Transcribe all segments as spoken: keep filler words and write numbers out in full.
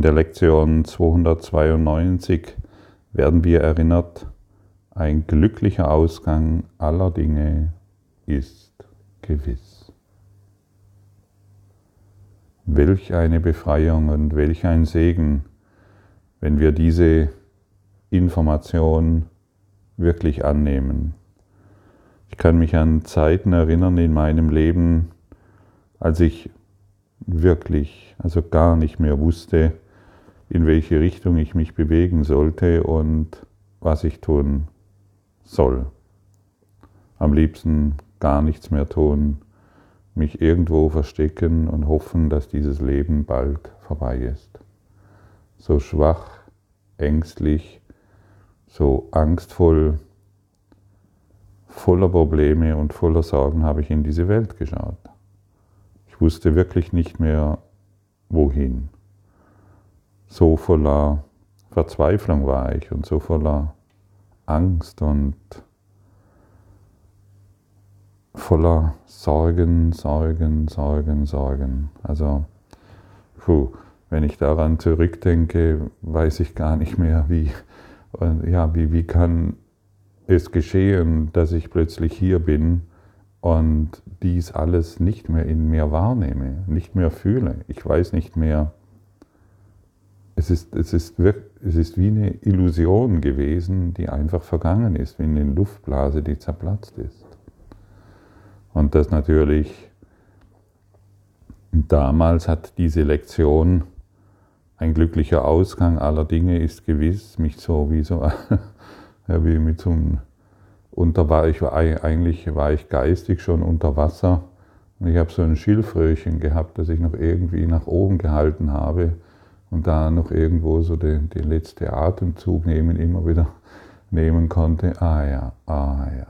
der Lektion zweihundertzweiundneunzig werden wir erinnert, ein glücklicher Ausgang aller Dinge ist gewiss. Welch eine Befreiung und welch ein Segen, wenn wir diese Information wirklich annehmen. Ich kann mich an Zeiten erinnern in meinem Leben, als ich wirklich, also gar nicht mehr wusste, in welche Richtung ich mich bewegen sollte und was ich tun soll. Am liebsten gar nichts mehr tun, mich irgendwo verstecken und hoffen, dass dieses Leben bald vorbei ist. So schwach, ängstlich, so angstvoll, voller Probleme und voller Sorgen habe ich in diese Welt geschaut. Ich wusste wirklich nicht mehr, wohin. So voller Verzweiflung war ich und so voller Angst und voller Sorgen, Sorgen, Sorgen, Sorgen. Also, puh, wenn ich daran zurückdenke, weiß ich gar nicht mehr, wie, ja, wie, wie kann es geschehen, dass ich plötzlich hier bin und dies alles nicht mehr in mir wahrnehme, nicht mehr fühle. Ich weiß nicht mehr, es ist, es ist, es ist wie eine Illusion gewesen, die einfach vergangen ist, wie eine Luftblase, die zerplatzt ist. Und das natürlich, damals hat diese Lektion, ein glücklicher Ausgang aller Dinge ist gewiss, mich so wie so, ja, wie mit so einem Unter war ich, eigentlich war ich geistig schon unter Wasser und ich habe so ein Schilfröhrchen gehabt, das ich noch irgendwie nach oben gehalten habe und da noch irgendwo so den, den letzten Atemzug nehmen, immer wieder nehmen konnte. Ah ja, ah ja.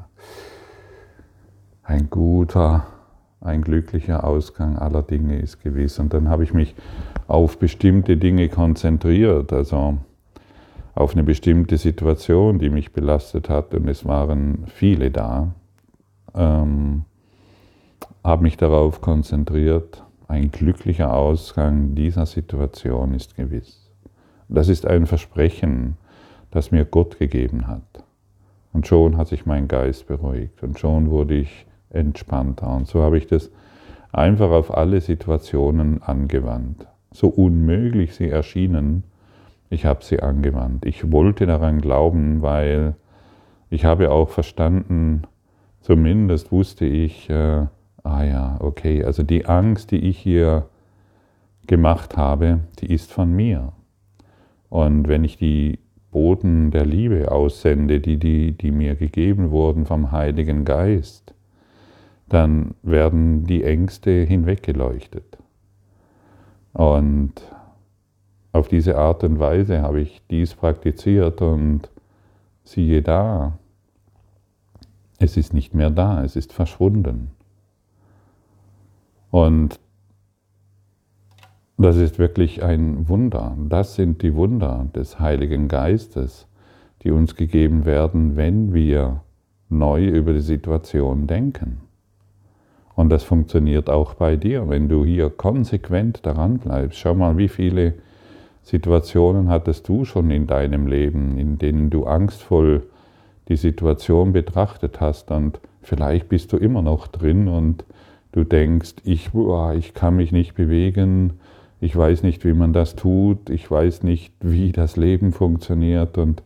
Ein guter, ein glücklicher Ausgang aller Dinge ist gewiss. Und dann habe ich mich auf bestimmte Dinge konzentriert, also auf eine bestimmte Situation, die mich belastet hat, und es waren viele da, ähm, habe mich darauf konzentriert, ein glücklicher Ausgang dieser Situation ist gewiss. Das ist ein Versprechen, das mir Gott gegeben hat. Und schon hat sich mein Geist beruhigt und schon wurde ich entspannter. Und so habe ich das einfach auf alle Situationen angewandt. So unmöglich sie erschienen, ich habe sie angewandt. Ich wollte daran glauben, weil ich habe auch verstanden, zumindest wusste ich, äh, ah ja, okay, also die Angst, die ich hier gemacht habe, die ist von mir. Und wenn ich die Boten der Liebe aussende, die, die, die mir gegeben wurden vom Heiligen Geist, dann werden die Ängste hinweggeleuchtet. Und auf diese Art und Weise habe ich dies praktiziert und siehe da, es ist nicht mehr da, es ist verschwunden. Und das ist wirklich ein Wunder. Das sind die Wunder des Heiligen Geistes, die uns gegeben werden, wenn wir neu über die Situation denken. Und das funktioniert auch bei dir, wenn du hier konsequent daran bleibst. Schau mal, wie viele Situationen hattest du schon in deinem Leben, in denen du angstvoll die Situation betrachtet hast und vielleicht bist du immer noch drin und du denkst, ich, boah, ich kann mich nicht bewegen, ich weiß nicht, wie man das tut, ich weiß nicht, wie das Leben funktioniert und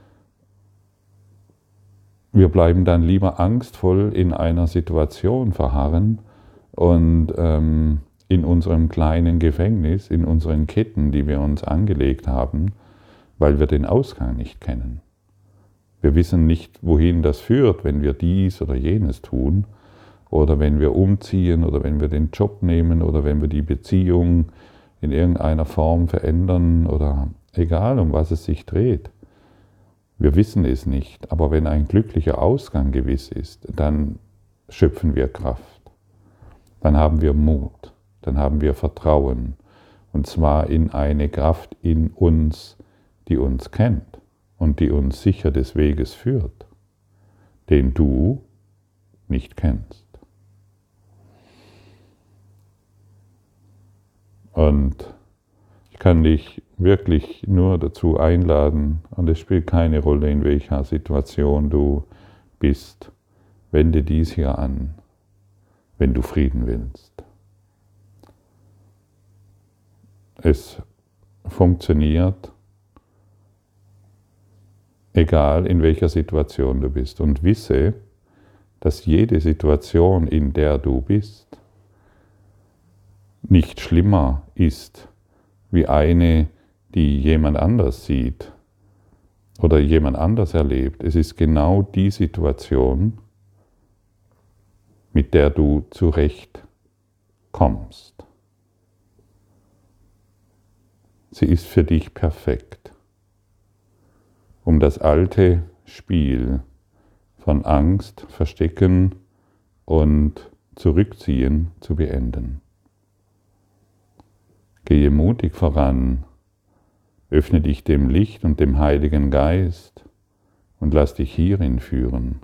wir bleiben dann lieber angstvoll in einer Situation verharren und ähm, in unserem kleinen Gefängnis, in unseren Ketten, die wir uns angelegt haben, weil wir den Ausgang nicht kennen. Wir wissen nicht, wohin das führt, wenn wir dies oder jenes tun, oder wenn wir umziehen, oder wenn wir den Job nehmen, oder wenn wir die Beziehung in irgendeiner Form verändern, oder egal, um was es sich dreht. Wir wissen es nicht, aber wenn ein glücklicher Ausgang gewiss ist, dann schöpfen wir Kraft, dann haben wir Mut. Dann haben wir Vertrauen, und zwar in eine Kraft in uns, die uns kennt und die uns sicher des Weges führt, den du nicht kennst. Und Ich kann dich wirklich nur dazu einladen, und es spielt keine Rolle, in welcher Situation du bist. Wende dies hier an, wenn du Frieden willst. Es funktioniert, egal in welcher Situation du bist. Und wisse, dass jede Situation, in der du bist, nicht schlimmer ist wie eine, die jemand anders sieht oder jemand anders erlebt. Es ist genau die Situation, mit der du zurechtkommst. Sie ist für dich perfekt, um das alte Spiel von Angst, Verstecken und Zurückziehen zu beenden. Gehe mutig voran, öffne dich dem Licht und dem Heiligen Geist und lass dich hierin führen.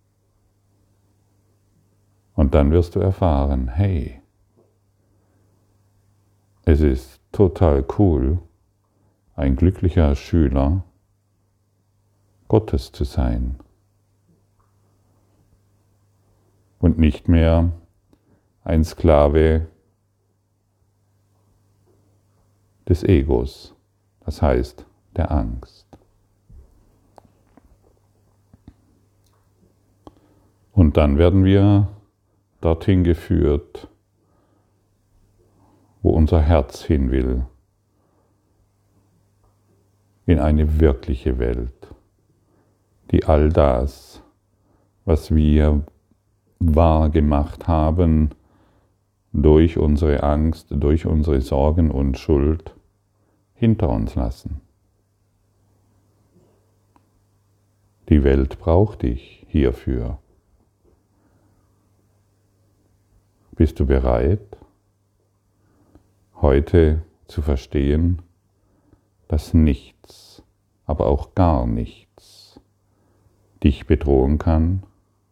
Und dann wirst du erfahren, hey, es ist total cool, ein glücklicher Schüler Gottes zu sein und nicht mehr ein Sklave des Egos, das heißt der Angst. Und dann werden wir dorthin geführt, wo unser Herz hin will, in eine wirkliche Welt, die all das, was wir wahrgemacht haben, durch unsere Angst, durch unsere Sorgen und Schuld hinter uns lassen. Die Welt braucht dich hierfür. Bist du bereit, heute zu verstehen, dass nichts, aber auch gar nichts dich bedrohen kann?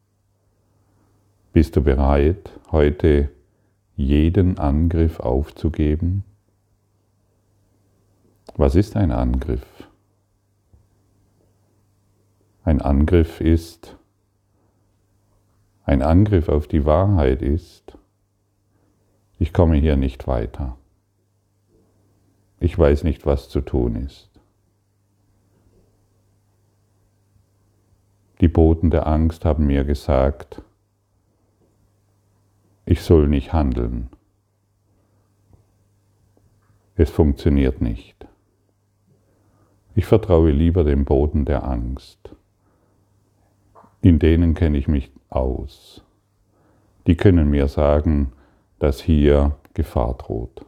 Bist du bereit, heute jeden Angriff aufzugeben? Was ist ein Angriff? Ein Angriff ist, ein Angriff auf die Wahrheit ist, ich komme hier nicht weiter. Ich weiß nicht, was zu tun ist. Die Boten der Angst haben mir gesagt, ich soll nicht handeln. Es funktioniert nicht. Ich vertraue lieber den Boten der Angst. In denen kenne ich mich aus. Die können mir sagen, dass hier Gefahr droht.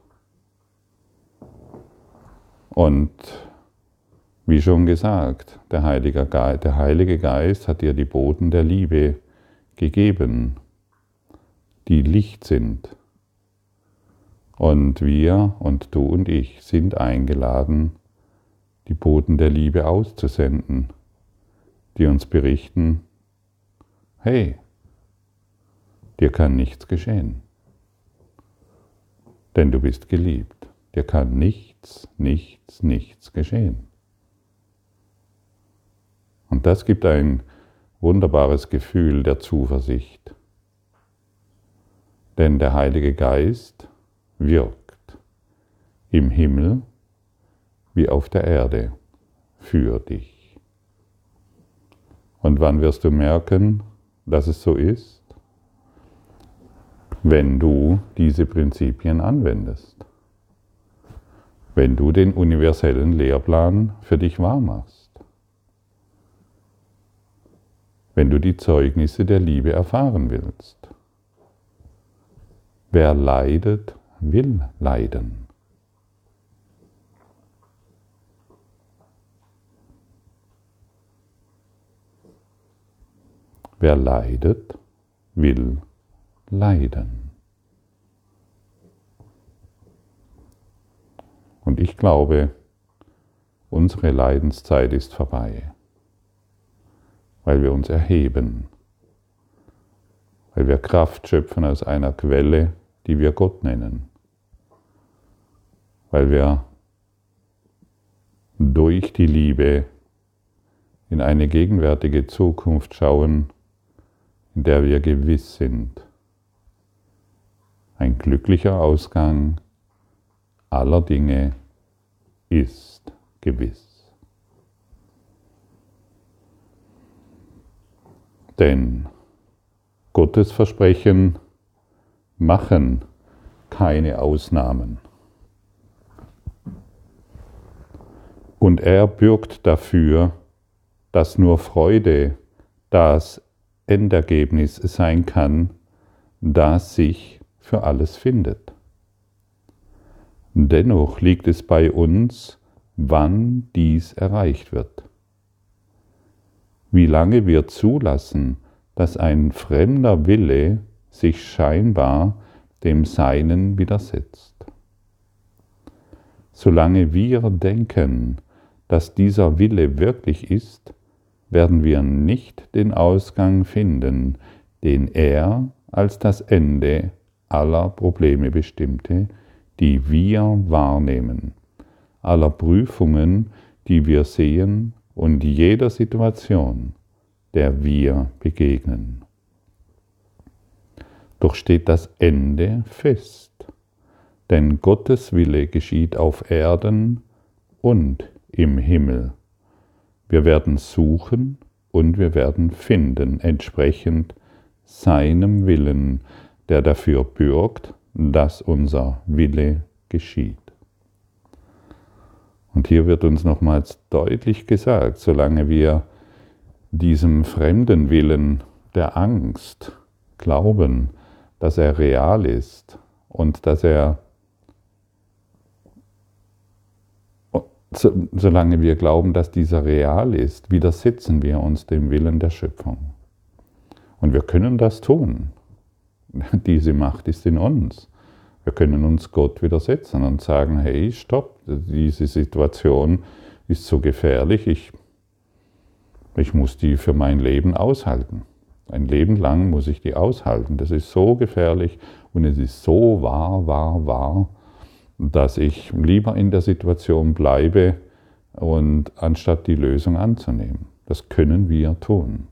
Und wie schon gesagt, der Heilige Geist, der Heilige Geist hat dir die Boten der Liebe gegeben, die Licht sind. Und wir und du und ich sind eingeladen, die Boten der Liebe auszusenden, die uns berichten, hey, dir kann nichts geschehen, denn du bist geliebt. Dir kann nichts, nichts, nichts geschehen. Und das gibt ein wunderbares Gefühl der Zuversicht. Denn der Heilige Geist wirkt im Himmel wie auf der Erde für dich. Und wann wirst du merken, dass es so ist? Wenn du diese Prinzipien anwendest. Wenn du den universellen Lehrplan für dich wahrmachst. Wenn du die Zeugnisse der Liebe erfahren willst. Wer leidet, will leiden. Wer leidet, will leiden. Und ich glaube, unsere Leidenszeit ist vorbei, weil wir uns erheben, weil wir Kraft schöpfen aus einer Quelle, die wir Gott nennen, weil wir durch die Liebe in eine gegenwärtige Zukunft schauen, in der wir gewiss sind. Ein glücklicher Ausgang aller Dinge ist gewiss. Denn Gottes Versprechen machen keine Ausnahmen. Und er bürgt dafür, dass nur Freude das Endergebnis sein kann, das sich für alles findet. Dennoch liegt es bei uns, wann dies erreicht wird. Wie lange wir zulassen, dass ein fremder Wille sich scheinbar dem Seinen widersetzt. Solange wir denken, dass dieser Wille wirklich ist, werden wir nicht den Ausgang finden, den er als das Ende aller Probleme bestimmte, die wir wahrnehmen, aller Prüfungen, die wir sehen und jeder Situation, der wir begegnen. Doch steht das Ende fest, denn Gottes Wille geschieht auf Erden und im Himmel. Wir werden suchen und wir werden finden, entsprechend seinem Willen, der dafür bürgt, dass unser Wille geschieht. Und hier wird uns nochmals deutlich gesagt, solange wir diesem fremden Willen der Angst glauben, dass er real ist und dass er, so, solange wir glauben, dass dieser real ist, widersetzen wir uns dem Willen der Schöpfung. Und wir können das tun. Diese Macht ist in uns. Wir können uns Gott widersetzen und sagen, hey, stopp, diese Situation ist so gefährlich, ich, ich muss die für mein Leben aushalten. Ein Leben lang muss ich die aushalten. Das ist so gefährlich und es ist so wahr, wahr, wahr, dass ich lieber in der Situation bleibe, und anstatt die Lösung anzunehmen. Das können wir tun.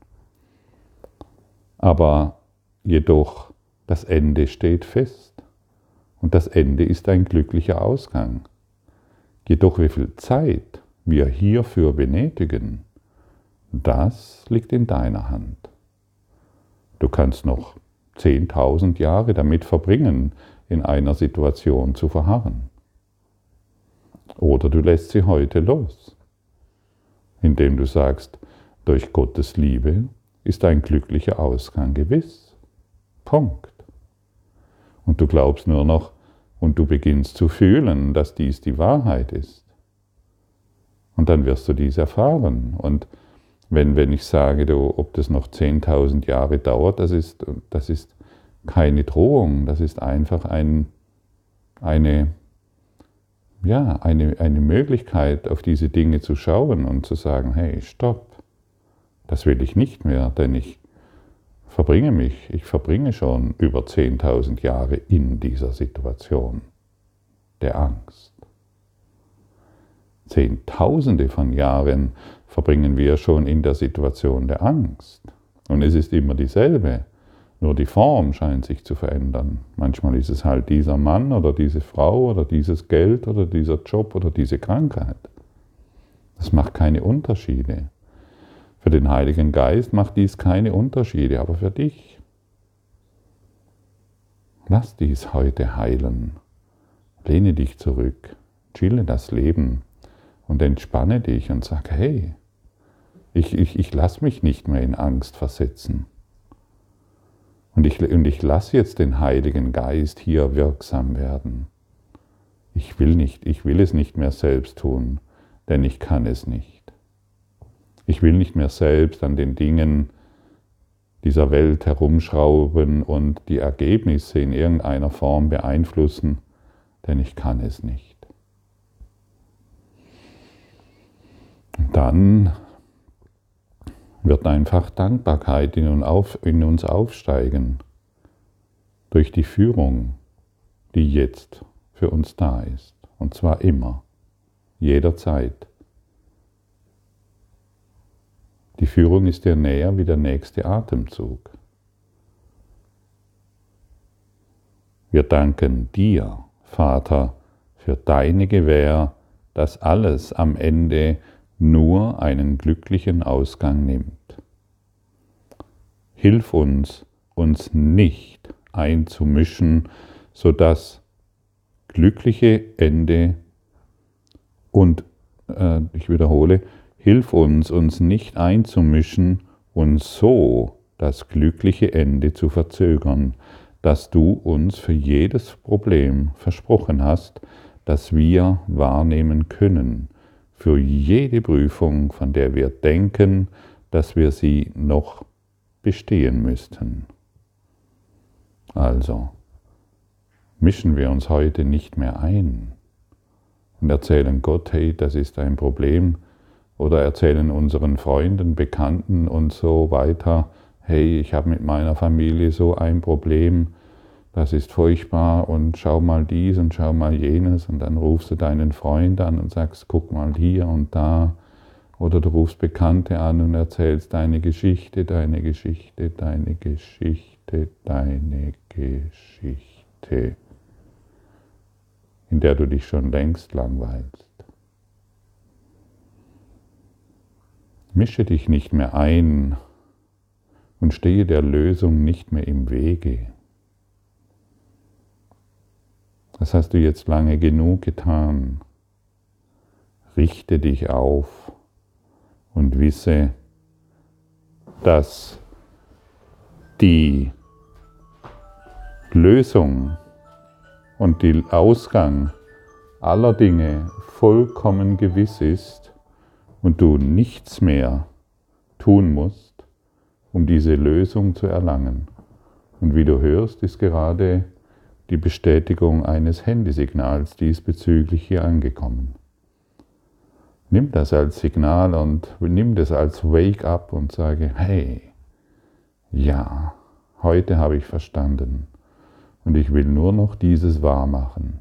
Aber jedoch, das Ende steht fest. Und das Ende ist ein glücklicher Ausgang. Jedoch wie viel Zeit wir hierfür benötigen, das liegt in deiner Hand. Du kannst noch zehntausend Jahre damit verbringen, in einer Situation zu verharren. Oder du lässt sie heute los, indem du sagst, durch Gottes Liebe ist ein glücklicher Ausgang gewiss. Punkt. Und du glaubst nur noch und du beginnst zu fühlen, dass dies die Wahrheit ist. Und dann wirst du dies erfahren. Und wenn, wenn ich sage, du, ob das noch zehntausend Jahre dauert, das ist, das ist keine Drohung, das ist einfach ein, eine, ja, eine, eine Möglichkeit, auf diese Dinge zu schauen und zu sagen, hey, stopp, das will ich nicht mehr, denn ich verbringe mich, ich verbringe schon über zehntausend Jahre in dieser Situation der Angst. Zehntausende von Jahren verbringen wir schon in der Situation der Angst. Und es ist immer dieselbe, nur die Form scheint sich zu verändern. Manchmal ist es halt dieser Mann oder diese Frau oder dieses Geld oder dieser Job oder diese Krankheit. Das macht keine Unterschiede. Für den Heiligen Geist macht dies keine Unterschiede, aber für dich. Lass dies heute heilen. Lehne dich zurück, chille das Leben und entspanne dich und sag, hey, ich, ich, ich lasse mich nicht mehr in Angst versetzen. Und ich, und ich lasse jetzt den Heiligen Geist hier wirksam werden. Ich will nicht, ich will es nicht mehr selbst tun, denn ich kann es nicht. Ich will nicht mehr selbst an den Dingen dieser Welt herumschrauben und die Ergebnisse in irgendeiner Form beeinflussen, denn ich kann es nicht. Und dann wird einfach Dankbarkeit in uns aufsteigen durch die Führung, die jetzt für uns da ist. Und zwar immer, jederzeit, Die Führung ist dir näher wie der nächste Atemzug. Wir danken dir, Vater, für deine Gewähr, dass alles am Ende nur einen glücklichen Ausgang nimmt. Hilf uns, uns nicht einzumischen, sodass glückliche Ende und, äh, ich wiederhole, hilf uns, uns nicht einzumischen und so das glückliche Ende zu verzögern, das du uns für jedes Problem versprochen hast, das wir wahrnehmen können, für jede Prüfung, von der wir denken, dass wir sie noch bestehen müssten. Also, mischen wir uns heute nicht mehr ein und erzählen Gott, hey, das ist ein Problem, oder erzählen unseren Freunden, Bekannten und so weiter, hey, ich habe mit meiner Familie so ein Problem, das ist furchtbar und schau mal dies und schau mal jenes und dann rufst du deinen Freund an und sagst, guck mal hier und da, oder du rufst Bekannte an und erzählst deine Geschichte, deine Geschichte, deine Geschichte, deine Geschichte, in der du dich schon längst langweilst. Mische dich nicht mehr ein und stehe der Lösung nicht mehr im Wege. Das hast du jetzt lange genug getan. Richte dich auf und wisse, dass die Lösung und der Ausgang aller Dinge vollkommen gewiss ist und du nichts mehr tun musst, um diese Lösung zu erlangen. Und wie du hörst, ist gerade die Bestätigung eines Handysignals diesbezüglich hier angekommen. Nimm das als Signal und nimm das als Wake-up und sage, hey, ja, heute habe ich verstanden und ich will nur noch dieses wahrmachen.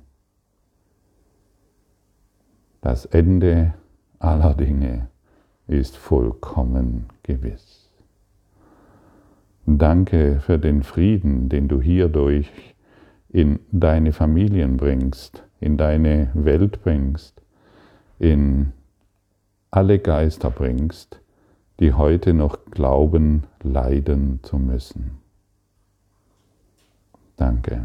Das Ende aller Dinge ist vollkommen gewiss. Danke für den Frieden, den du hierdurch in deine Familien bringst, in deine Welt bringst, in alle Geister bringst, die heute noch glauben, leiden zu müssen. Danke.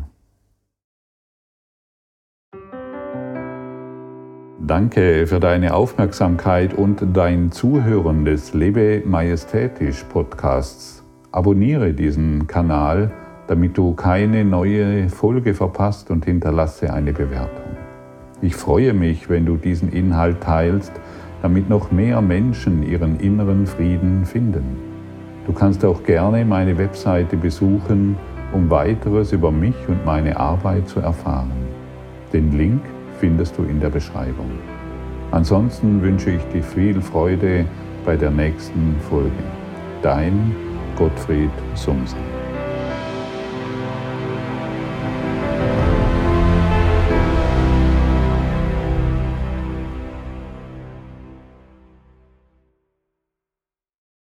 Danke für deine Aufmerksamkeit und dein Zuhören des Lebe Majestätisch Podcasts. Abonniere diesen Kanal, damit du keine neue Folge verpasst, und hinterlasse eine Bewertung. Ich freue mich, wenn du diesen Inhalt teilst, damit noch mehr Menschen ihren inneren Frieden finden. Du kannst auch gerne meine Webseite besuchen, um weiteres über mich und meine Arbeit zu erfahren. Den Link findest du in der Beschreibung. Ansonsten wünsche ich dir viel Freude bei der nächsten Folge. Dein Gottfried Sumsen.